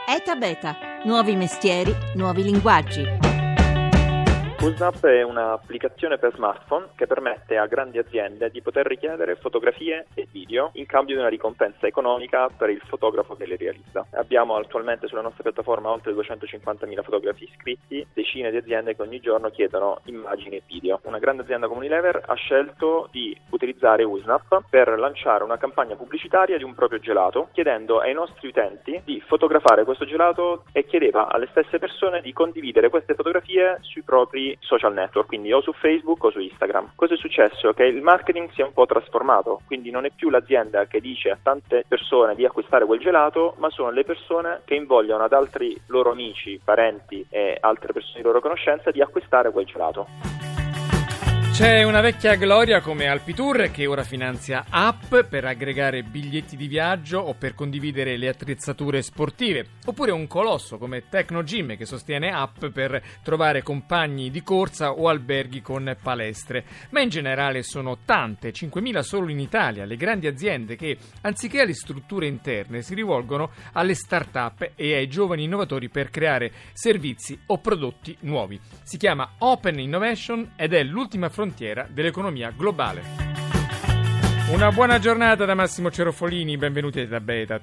ETA Beta, nuovi mestieri, nuovi linguaggi. Usnap è un'applicazione per smartphone che permette a grandi aziende di poter richiedere fotografie e video in cambio di una ricompensa economica per il fotografo che le realizza. Abbiamo attualmente sulla nostra piattaforma oltre 250.000 fotografi iscritti, decine di aziende che ogni giorno chiedono immagini e video. Una grande azienda come Unilever ha scelto di utilizzare Usnap per lanciare una campagna pubblicitaria di un proprio gelato, chiedendo ai nostri utenti di fotografare questo gelato e chiedeva alle stesse persone di condividere queste fotografie sui propri social network, quindi o su Facebook o su Instagram. Cosa è successo? Che il marketing si è un po' trasformato, quindi non è più l'azienda che dice a tante persone di acquistare quel gelato, ma sono le persone che invogliano ad altri loro amici, parenti e altre persone di loro conoscenza di acquistare quel gelato. C'è una vecchia gloria come Alpitour che ora finanzia app per aggregare biglietti di viaggio o per condividere le attrezzature sportive, oppure un colosso come Tecnogym che sostiene app per trovare compagni di corsa o alberghi con palestre. Ma in generale sono tante, 5.000 solo in Italia, le grandi aziende che anziché alle strutture interne si rivolgono alle start-up e ai giovani innovatori per creare servizi o prodotti nuovi. Si chiama Open Innovation ed è l'ultima frontiera dell'economia globale. Una buona giornata da Massimo Cerofolini, benvenuti a ETA Beta.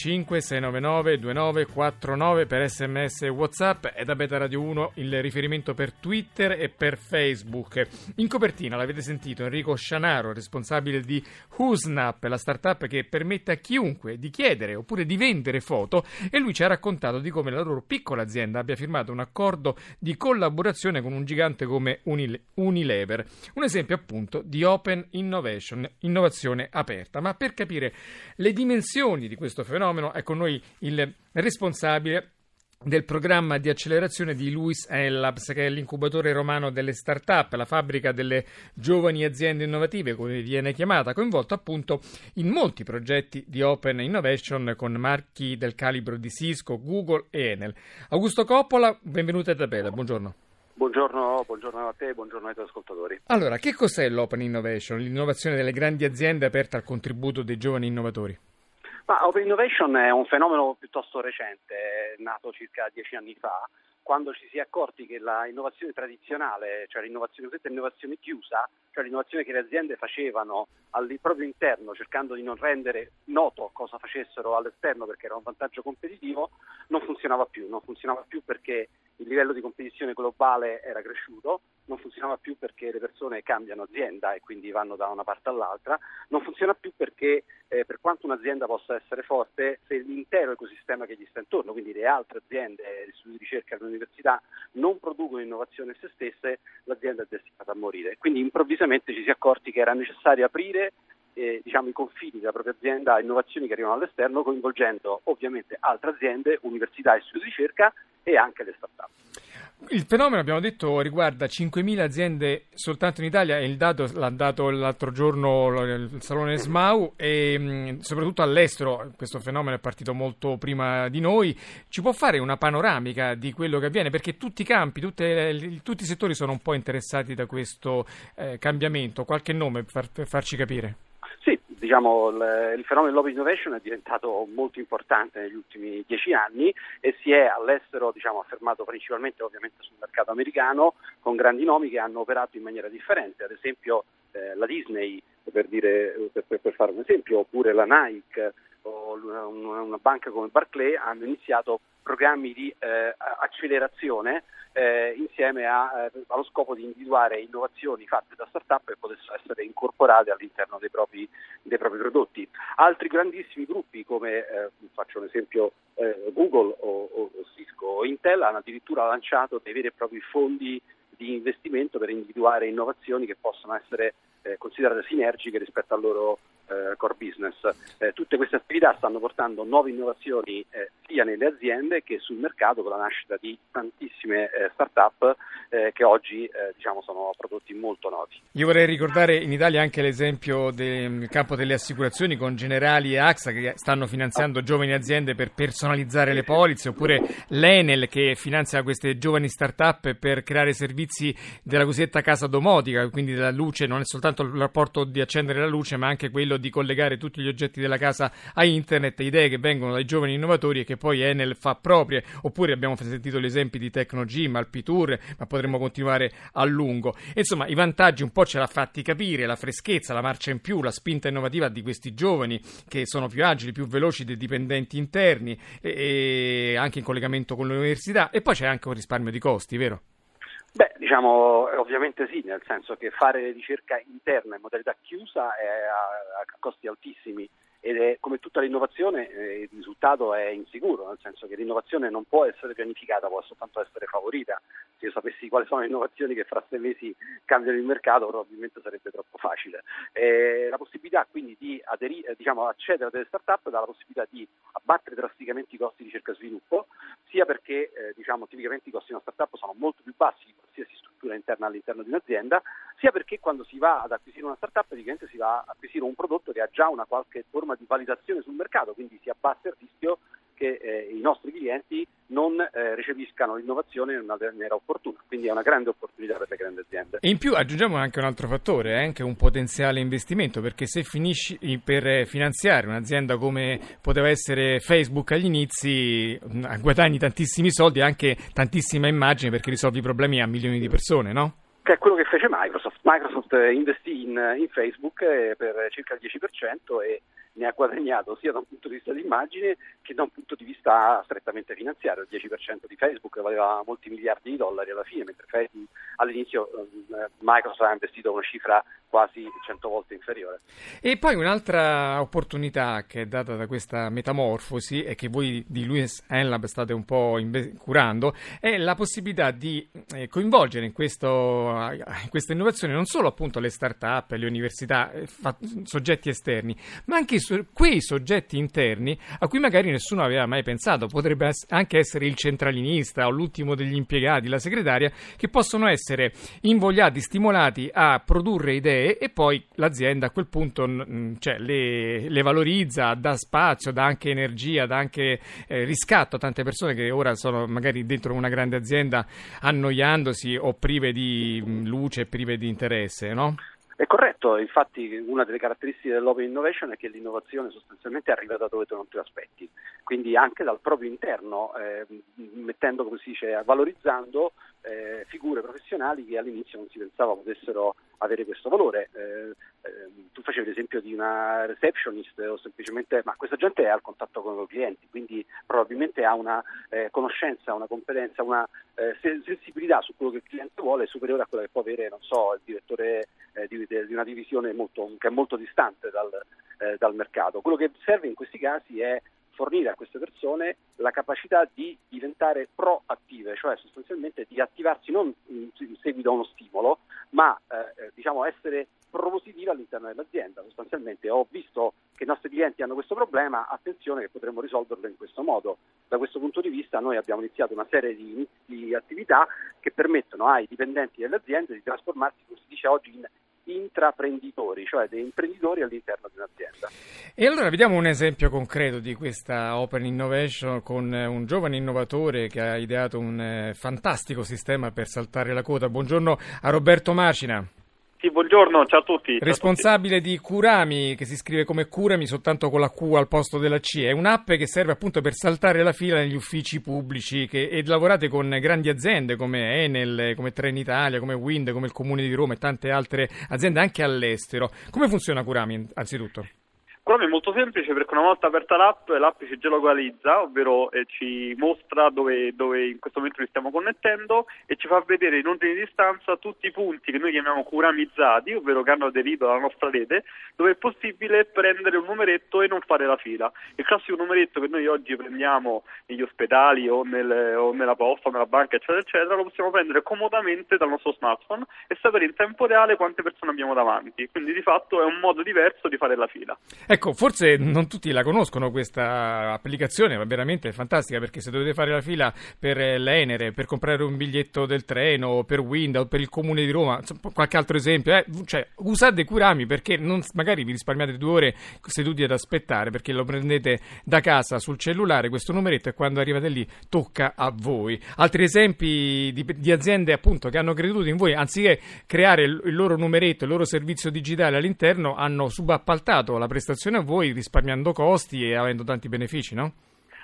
335-699-2949 per SMS e WhatsApp, ETA Beta Radio 1 il riferimento per Twitter e per Facebook. In copertina l'avete sentito Enrico Scianaro, responsabile di Usnap, la startup che permette a chiunque di chiedere oppure di vendere foto, e lui ci ha raccontato di come la loro piccola azienda abbia firmato un accordo di collaborazione con un gigante come Unilever. Un esempio appunto di Open Innovation, innovazione aperta. Ma per capire le dimensioni di questo fenomeno è con noi il responsabile del programma di accelerazione di Luis Labs, che è l'incubatore romano delle start-up, la fabbrica delle giovani aziende innovative, come viene chiamata, coinvolto appunto in molti progetti di Open Innovation con marchi del calibro di Cisco, Google e Enel. Augusto Coppola, benvenuto a ETA Beta, buongiorno. Buongiorno a te, buongiorno ai tuoi ascoltatori. Allora, che cos'è l'Open Innovation, l'innovazione delle grandi aziende aperta al contributo dei giovani innovatori? Ma Open Innovation è un fenomeno piuttosto recente, è nato circa 10 anni fa, quando ci si è accorti che la innovazione tradizionale, cioè l'innovazione cosiddetta innovazione chiusa, cioè l'innovazione che le aziende facevano al proprio interno cercando di non rendere noto cosa facessero all'esterno perché era un vantaggio competitivo, non funzionava più perché il livello di competizione globale era cresciuto, non funzionava più perché le persone cambiano azienda e quindi vanno da una parte all'altra, non funziona più perché per quanto un'azienda possa essere forte, se l'intero ecosistema che gli sta intorno, quindi le altre aziende, gli istituti di ricerca, le università, non producono innovazione a se stesse, l'azienda è destinata a morire. Quindi improvvisamente ci si è accorti che era necessario aprire i confini della propria azienda a innovazioni che arrivano all'esterno, coinvolgendo ovviamente altre aziende, università, istituti di ricerca e anche le start-up. Il fenomeno, abbiamo detto, riguarda 5.000 aziende soltanto in Italia, e il dato l'ha dato l'altro giorno il Salone SMAU, e soprattutto all'estero questo fenomeno è partito molto prima di noi. Ci può fare una panoramica di quello che avviene? Perché tutti i campi, tutti i settori sono un po' interessati da questo cambiamento. Qualche nome per farci capire? Sì, il fenomeno dell'Open Innovation è diventato molto importante negli ultimi 10 anni e si è all'estero affermato principalmente ovviamente sul mercato americano con grandi nomi che hanno operato in maniera differente, ad esempio la Disney per fare un esempio, oppure la Nike o una banca come Barclays hanno iniziato programmi di accelerazione insieme allo scopo di individuare innovazioni fatte da start-up che potessero essere incorporate all'interno dei propri prodotti. Altri grandissimi gruppi come, faccio un esempio, Google o Cisco o Intel hanno addirittura lanciato dei veri e propri fondi di investimento per individuare innovazioni che possono essere considerate sinergiche rispetto al loro core business. Tutte queste attività stanno portando nuove innovazioni sia nelle aziende che sul mercato, con la nascita di tantissime start-up che oggi sono prodotti molto noti. Io vorrei ricordare in Italia anche l'esempio del campo delle assicurazioni con Generali e AXA che stanno finanziando giovani aziende per personalizzare le polizze, oppure l'Enel che finanzia queste giovani start-up per creare servizi della cosiddetta casa domotica, quindi della luce. Non è soltanto il rapporto di accendere la luce, ma anche quello di collegare tutti gli oggetti della casa a internet, idee che vengono dai giovani innovatori e che poi Enel fa proprie, oppure abbiamo sentito gli esempi di Tecnogym, Alpitour, ma potremmo continuare a lungo. Insomma, i vantaggi un po' ce l'ha fatti capire, la freschezza, la marcia in più, la spinta innovativa di questi giovani che sono più agili, più veloci dei dipendenti interni e anche in collegamento con l'università, e poi c'è anche un risparmio di costi, vero? Beh, diciamo ovviamente sì, nel senso che fare ricerca interna in modalità chiusa è a costi altissimi ed è come tutta l'innovazione il risultato è insicuro, nel senso che l'innovazione non può essere pianificata, può soltanto essere favorita. Se io sapessi quali sono le innovazioni che fra 6 mesi cambiano il mercato, probabilmente sarebbe troppo facile. La possibilità quindi di accedere a delle start-up dà la possibilità di abbattere drasticamente i costi di ricerca e sviluppo, sia perché tipicamente i costi di una start-up sono molto più bassi di qualsiasi struttura interna all'interno di un'azienda, sia perché quando si va ad acquisire una start-up praticamente si va ad acquisire un prodotto che ha già una qualche forma di validazione sul mercato, quindi si abbassa il rischio che i nostri clienti non recepiscano l'innovazione in una maniera opportuna, quindi è una grande opportunità per le grandi aziende. E in più aggiungiamo anche un altro fattore, anche un potenziale investimento, perché se finisci per finanziare un'azienda come poteva essere Facebook agli inizi, guadagni tantissimi soldi e anche tantissima immagine, perché risolvi problemi a milioni di persone, no? Che è quello che fece Microsoft. Microsoft investì in Facebook per circa il 10% e ne ha guadagnato sia da un punto di vista di immagine che da un punto di vista strettamente finanziario. Il 10% di Facebook valeva molti miliardi di dollari alla fine, mentre all'inizio Microsoft ha investito una cifra quasi 100 volte inferiore. E poi un'altra opportunità che è data da questa metamorfosi e che voi di Lewis Henlab state un po' curando è la possibilità di coinvolgere in questa innovazione non solo appunto le start-up, le università, soggetti esterni, ma anche quei soggetti interni a cui magari nessuno aveva mai pensato. Potrebbe anche essere il centralinista o l'ultimo degli impiegati, la segretaria, che possono essere invogliati, stimolati a produrre idee e poi l'azienda a quel punto le valorizza, dà spazio, dà anche energia, dà anche riscatto a tante persone che ora sono magari dentro una grande azienda annoiandosi o prive di luce, prive di interesse, no? È corretto, infatti una delle caratteristiche dell'open innovation è che l'innovazione sostanzialmente arriva da dove tu non ti aspetti, quindi anche dal proprio interno, mettendo, come si dice, valorizzando figure professionali che all'inizio non si pensava potessero avere questo valore. Tu facevi l'esempio di una receptionist o semplicemente, ma questa gente è al contatto con i clienti, quindi probabilmente ha una conoscenza, una competenza, una sensibilità su quello che il cliente vuole superiore a quella che può avere, non so, il direttore di una divisione che è molto distante dal mercato. Quello che serve in questi casi è fornire a queste persone la capacità di diventare proattive, cioè sostanzialmente di attivarsi non in seguito a uno stimolo, ma essere propositive all'interno dell'azienda. Sostanzialmente ho visto che i nostri clienti hanno questo problema, attenzione che potremmo risolverlo in questo modo. Da questo punto di vista noi abbiamo iniziato una serie di attività che permettono ai dipendenti delle aziende di trasformarsi, come si dice oggi, in intraprenditori, cioè dei imprenditori all'interno di un'azienda. E allora vediamo un esempio concreto di questa Open Innovation con un giovane innovatore che ha ideato un fantastico sistema per saltare la quota. Buongiorno a Roberto Macina. Sì, buongiorno, ciao a tutti. Responsabile di Curami, che si scrive come Curami soltanto con la Q al posto della C. È un'app che serve appunto per saltare la fila negli uffici pubblici e lavorate con grandi aziende come Enel, come Trenitalia, come Wind, come il Comune di Roma e tante altre aziende anche all'estero. Come funziona Curami, anzitutto? Curami è molto semplice perché una volta aperta l'app ci geolocalizza, ovvero ci mostra dove in questo momento li stiamo connettendo e ci fa vedere in ordine di distanza tutti i punti che noi chiamiamo curamizzati, ovvero che hanno aderito alla nostra rete, dove è possibile prendere un numeretto e non fare la fila. Il classico numeretto che noi oggi prendiamo negli ospedali o nella posta o nella banca, eccetera, eccetera, lo possiamo prendere comodamente dal nostro smartphone e sapere in tempo reale quante persone abbiamo davanti. Quindi di fatto è un modo diverso di fare la fila. Ecco, forse non tutti la conoscono questa applicazione, ma veramente è fantastica, perché se dovete fare la fila per l'Enere, per comprare un biglietto del treno, per Wind o per il Comune di Roma, qualche altro esempio, usate Curami perché magari vi risparmiate 2 ore seduti ad aspettare, perché lo prendete da casa sul cellulare questo numeretto e quando arrivate lì tocca a voi. Altri esempi di aziende appunto che hanno creduto in voi, anziché creare il loro numeretto, il loro servizio digitale all'interno, hanno subappaltato la prestazione a voi risparmiando costi e avendo tanti benefici, no?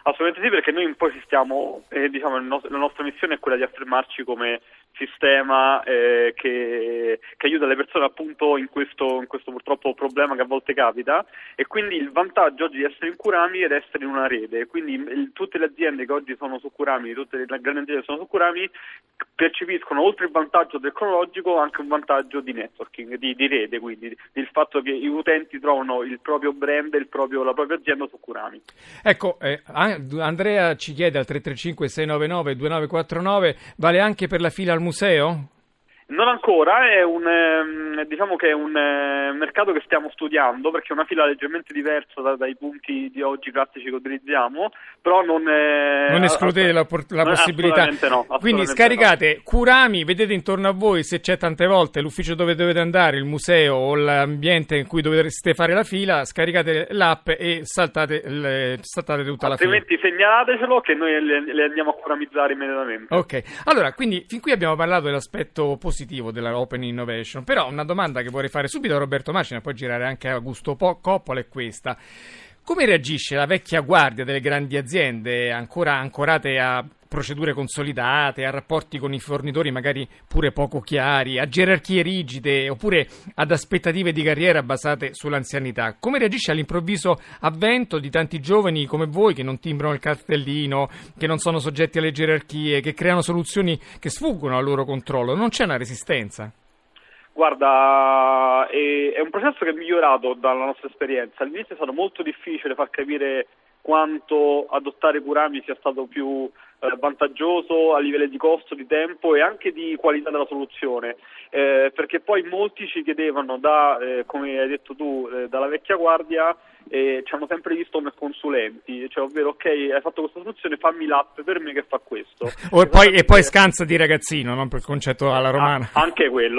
Assolutamente sì, perché noi poi ci stiamo, diciamo, la nostra missione è quella di affermarci come sistema che aiuta le persone appunto in questo purtroppo problema che a volte capita, e quindi il vantaggio oggi di essere in Curami è essere in una rete, quindi tutte le aziende che oggi sono su Curami, tutte le grandi aziende che sono su Curami percepiscono oltre il vantaggio tecnologico anche un vantaggio di networking, di rete, quindi il fatto che i utenti trovano il proprio brand e la propria azienda su Curami. Ecco, Andrea ci chiede al 335 699 2949, vale anche per la fila al museo? Non ancora, diciamo che è un mercato che stiamo studiando, perché è una fila leggermente diversa dai punti di oggi classici che utilizziamo, però non escludete la possibilità. Assolutamente no. Quindi scaricate Curami, vedete intorno a voi se c'è tante volte l'ufficio dove dovete andare, il museo o l'ambiente in cui dovreste fare la fila, scaricate l'app e saltate tutta la fila. Altrimenti segnalatecelo che noi le andiamo a curamizzare immediatamente. Ok, allora, quindi fin qui abbiamo parlato dell'aspetto positivo della Open Innovation, però una domanda che vorrei fare subito a Roberto Macina, poi girare anche a Augusto Coppola è questa: come reagisce la vecchia guardia delle grandi aziende ancora ancorate a procedure consolidate, a rapporti con i fornitori magari pure poco chiari, a gerarchie rigide oppure ad aspettative di carriera basate sull'anzianità? Come reagisce all'improvviso avvento di tanti giovani come voi che non timbrano il cartellino, che non sono soggetti alle gerarchie, che creano soluzioni che sfuggono al loro controllo? Non c'è una resistenza? Guarda, è un processo che è migliorato dalla nostra esperienza. All'inizio è stato molto difficile far capire quanto adottare Curami sia stato più vantaggioso a livello di costo, di tempo e anche di qualità della soluzione, perché poi molti ci chiedevano, come hai detto tu, dalla vecchia guardia, ci hanno sempre visto come consulenti, cioè ovvero ok, hai fatto questa soluzione, fammi l'app per me che fa questo. E poi scansa di ragazzino, non per concetto alla romana. Anche quello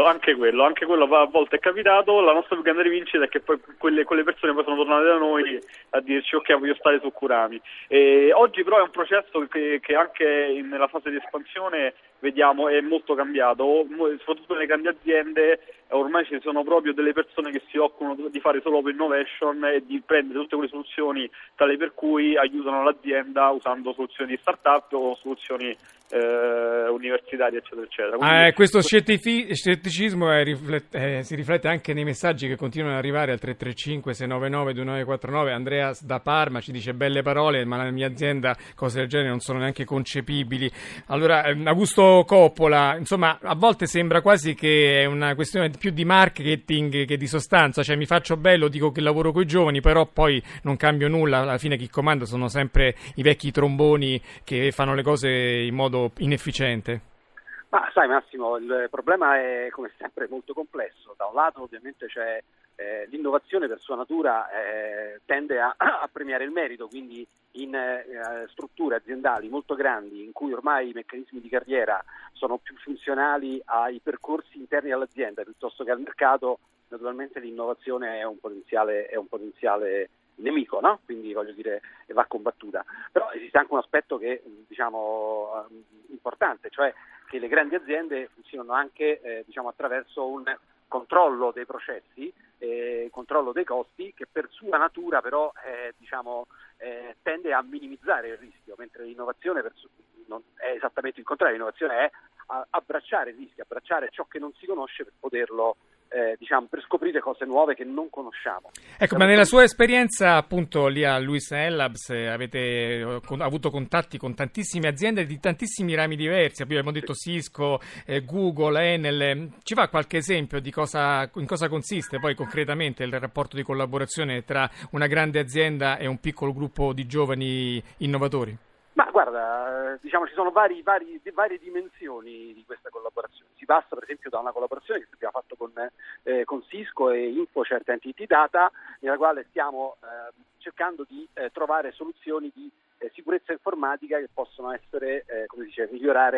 a volte è capitato. La nostra più grande rivincita è che poi quelle persone poi sono tornate da noi a dirci ok, voglio stare su Curami. Oggi però è un processo che anche nella fase di espansione vediamo è molto cambiato, soprattutto nelle grandi aziende. Ormai ci sono proprio delle persone che si occupano di fare solo open innovation e di prendere tutte quelle soluzioni tali per cui aiutano l'azienda usando soluzioni di start-up o soluzioni universitarie, eccetera, eccetera. Quindi, questo scetticismo si riflette anche nei messaggi che continuano ad arrivare al 335 699 2949. Andrea da Parma ci dice: belle parole, ma nella mia azienda cose del genere non sono neanche concepibili. Allora, Augusto Coppola, insomma, a volte sembra quasi che è una questione più di marketing che di sostanza, cioè mi faccio bello, dico che lavoro con i giovani, però poi non cambio nulla, alla fine chi comanda sono sempre i vecchi tromboni che fanno le cose in modo inefficiente. Ma sai Massimo, il problema è come sempre molto complesso. Da un lato ovviamente c'è l'innovazione per sua natura tende a premiare il merito, quindi in strutture aziendali molto grandi in cui ormai i meccanismi di carriera sono più funzionali ai percorsi interni all'azienda piuttosto che al mercato, naturalmente l'innovazione è un potenziale nemico, no? Quindi voglio dire, va combattuta. Però esiste anche un aspetto che diciamo importante, cioè che le grandi aziende funzionano anche attraverso un controllo dei processi, controllo dei costi, che per sua natura però tende a minimizzare il rischio, mentre l'innovazione non è esattamente il contrario. L'innovazione è abbracciare il rischio, abbracciare ciò che non si conosce per poterlo per scoprire cose nuove che non conosciamo. Ecco, ma nella sua esperienza appunto lì a Lewis Labs avete avuto contatti con tantissime aziende di tantissimi rami diversi, abbiamo detto Cisco, Google, Enel. Ci fa qualche esempio di in cosa consiste poi concretamente il rapporto di collaborazione tra una grande azienda e un piccolo gruppo di giovani innovatori? Ma guarda, ci sono varie dimensioni di questa collaborazione. Si passa per esempio da una collaborazione che abbiamo fatto con Cisco e InfoCert Entity Data, nella quale stiamo cercando di trovare soluzioni di sicurezza informatica che possono essere, migliorare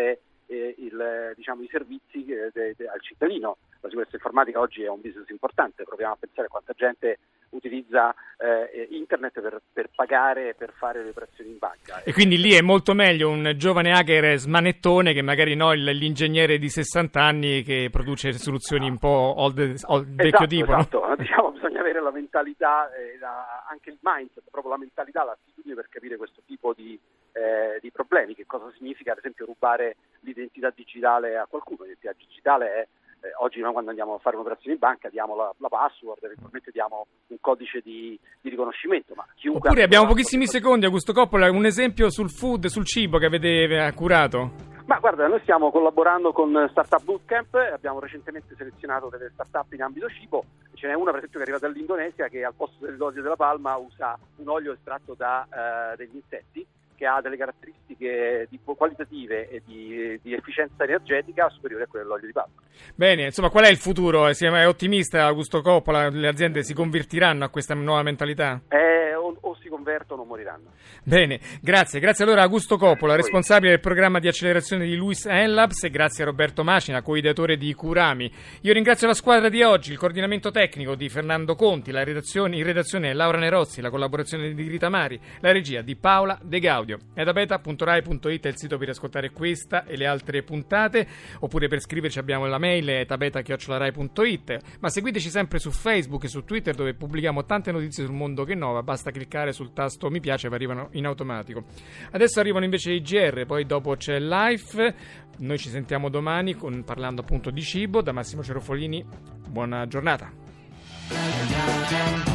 i servizi al cittadino. La sicurezza informatica oggi è un business importante, proviamo a pensare a quanta gente utilizza internet per pagare, per fare le operazioni in banca. E quindi lì è molto meglio un giovane hacker smanettone che magari l'ingegnere di 60 anni che produce soluzioni un po' vecchio tipo. Esatto. No? Diciamo, bisogna avere la mentalità, anche il mindset, proprio la mentalità, l'attitudine per capire questo tipo di problemi. Che cosa significa, ad esempio, rubare l'identità digitale a qualcuno? L'identità digitale è oggi noi quando andiamo a fare un'operazione in banca diamo la password, eventualmente diamo un codice di riconoscimento. Ma chiunque Oppure abbiamo pochissimi secondi, Augusto Coppola, un esempio sul food, sul cibo che avete curato. Ma guarda, noi stiamo collaborando con Startup Bootcamp, abbiamo recentemente selezionato delle startup in ambito cibo, ce n'è una per esempio che è arrivata dall'Indonesia che al posto dell'olio della palma usa un olio estratto degli insetti, che ha delle caratteristiche qualitative e di efficienza energetica superiori a quelle dell'olio di palma. Bene, insomma, qual è il futuro? È ottimista Augusto Coppola? Le aziende si convertiranno a questa nuova mentalità? O si convertono o moriranno. Bene, grazie allora a Augusto Coppola, responsabile del programma di accelerazione di Lewis Labs, e grazie a Roberto Macina, coideatore di Curami. Io ringrazio la squadra di oggi, il coordinamento tecnico di Fernando Conti, in redazione Laura Nerozzi, la collaborazione di Rita Mari, la regia di Paola De Gaudio. Etabeta.rai.it è il sito per ascoltare questa e le altre puntate, oppure per scriverci abbiamo la mail etabeta@rai.it, ma seguiteci sempre su Facebook e su Twitter, dove pubblichiamo tante notizie sul mondo che innova. Basta cliccare sul tasto mi piace e arrivano in automatico. Adesso arrivano invece i GR, poi dopo c'è Life. Noi ci sentiamo domani parlando appunto di cibo. Da Massimo Cerofolini, buona giornata.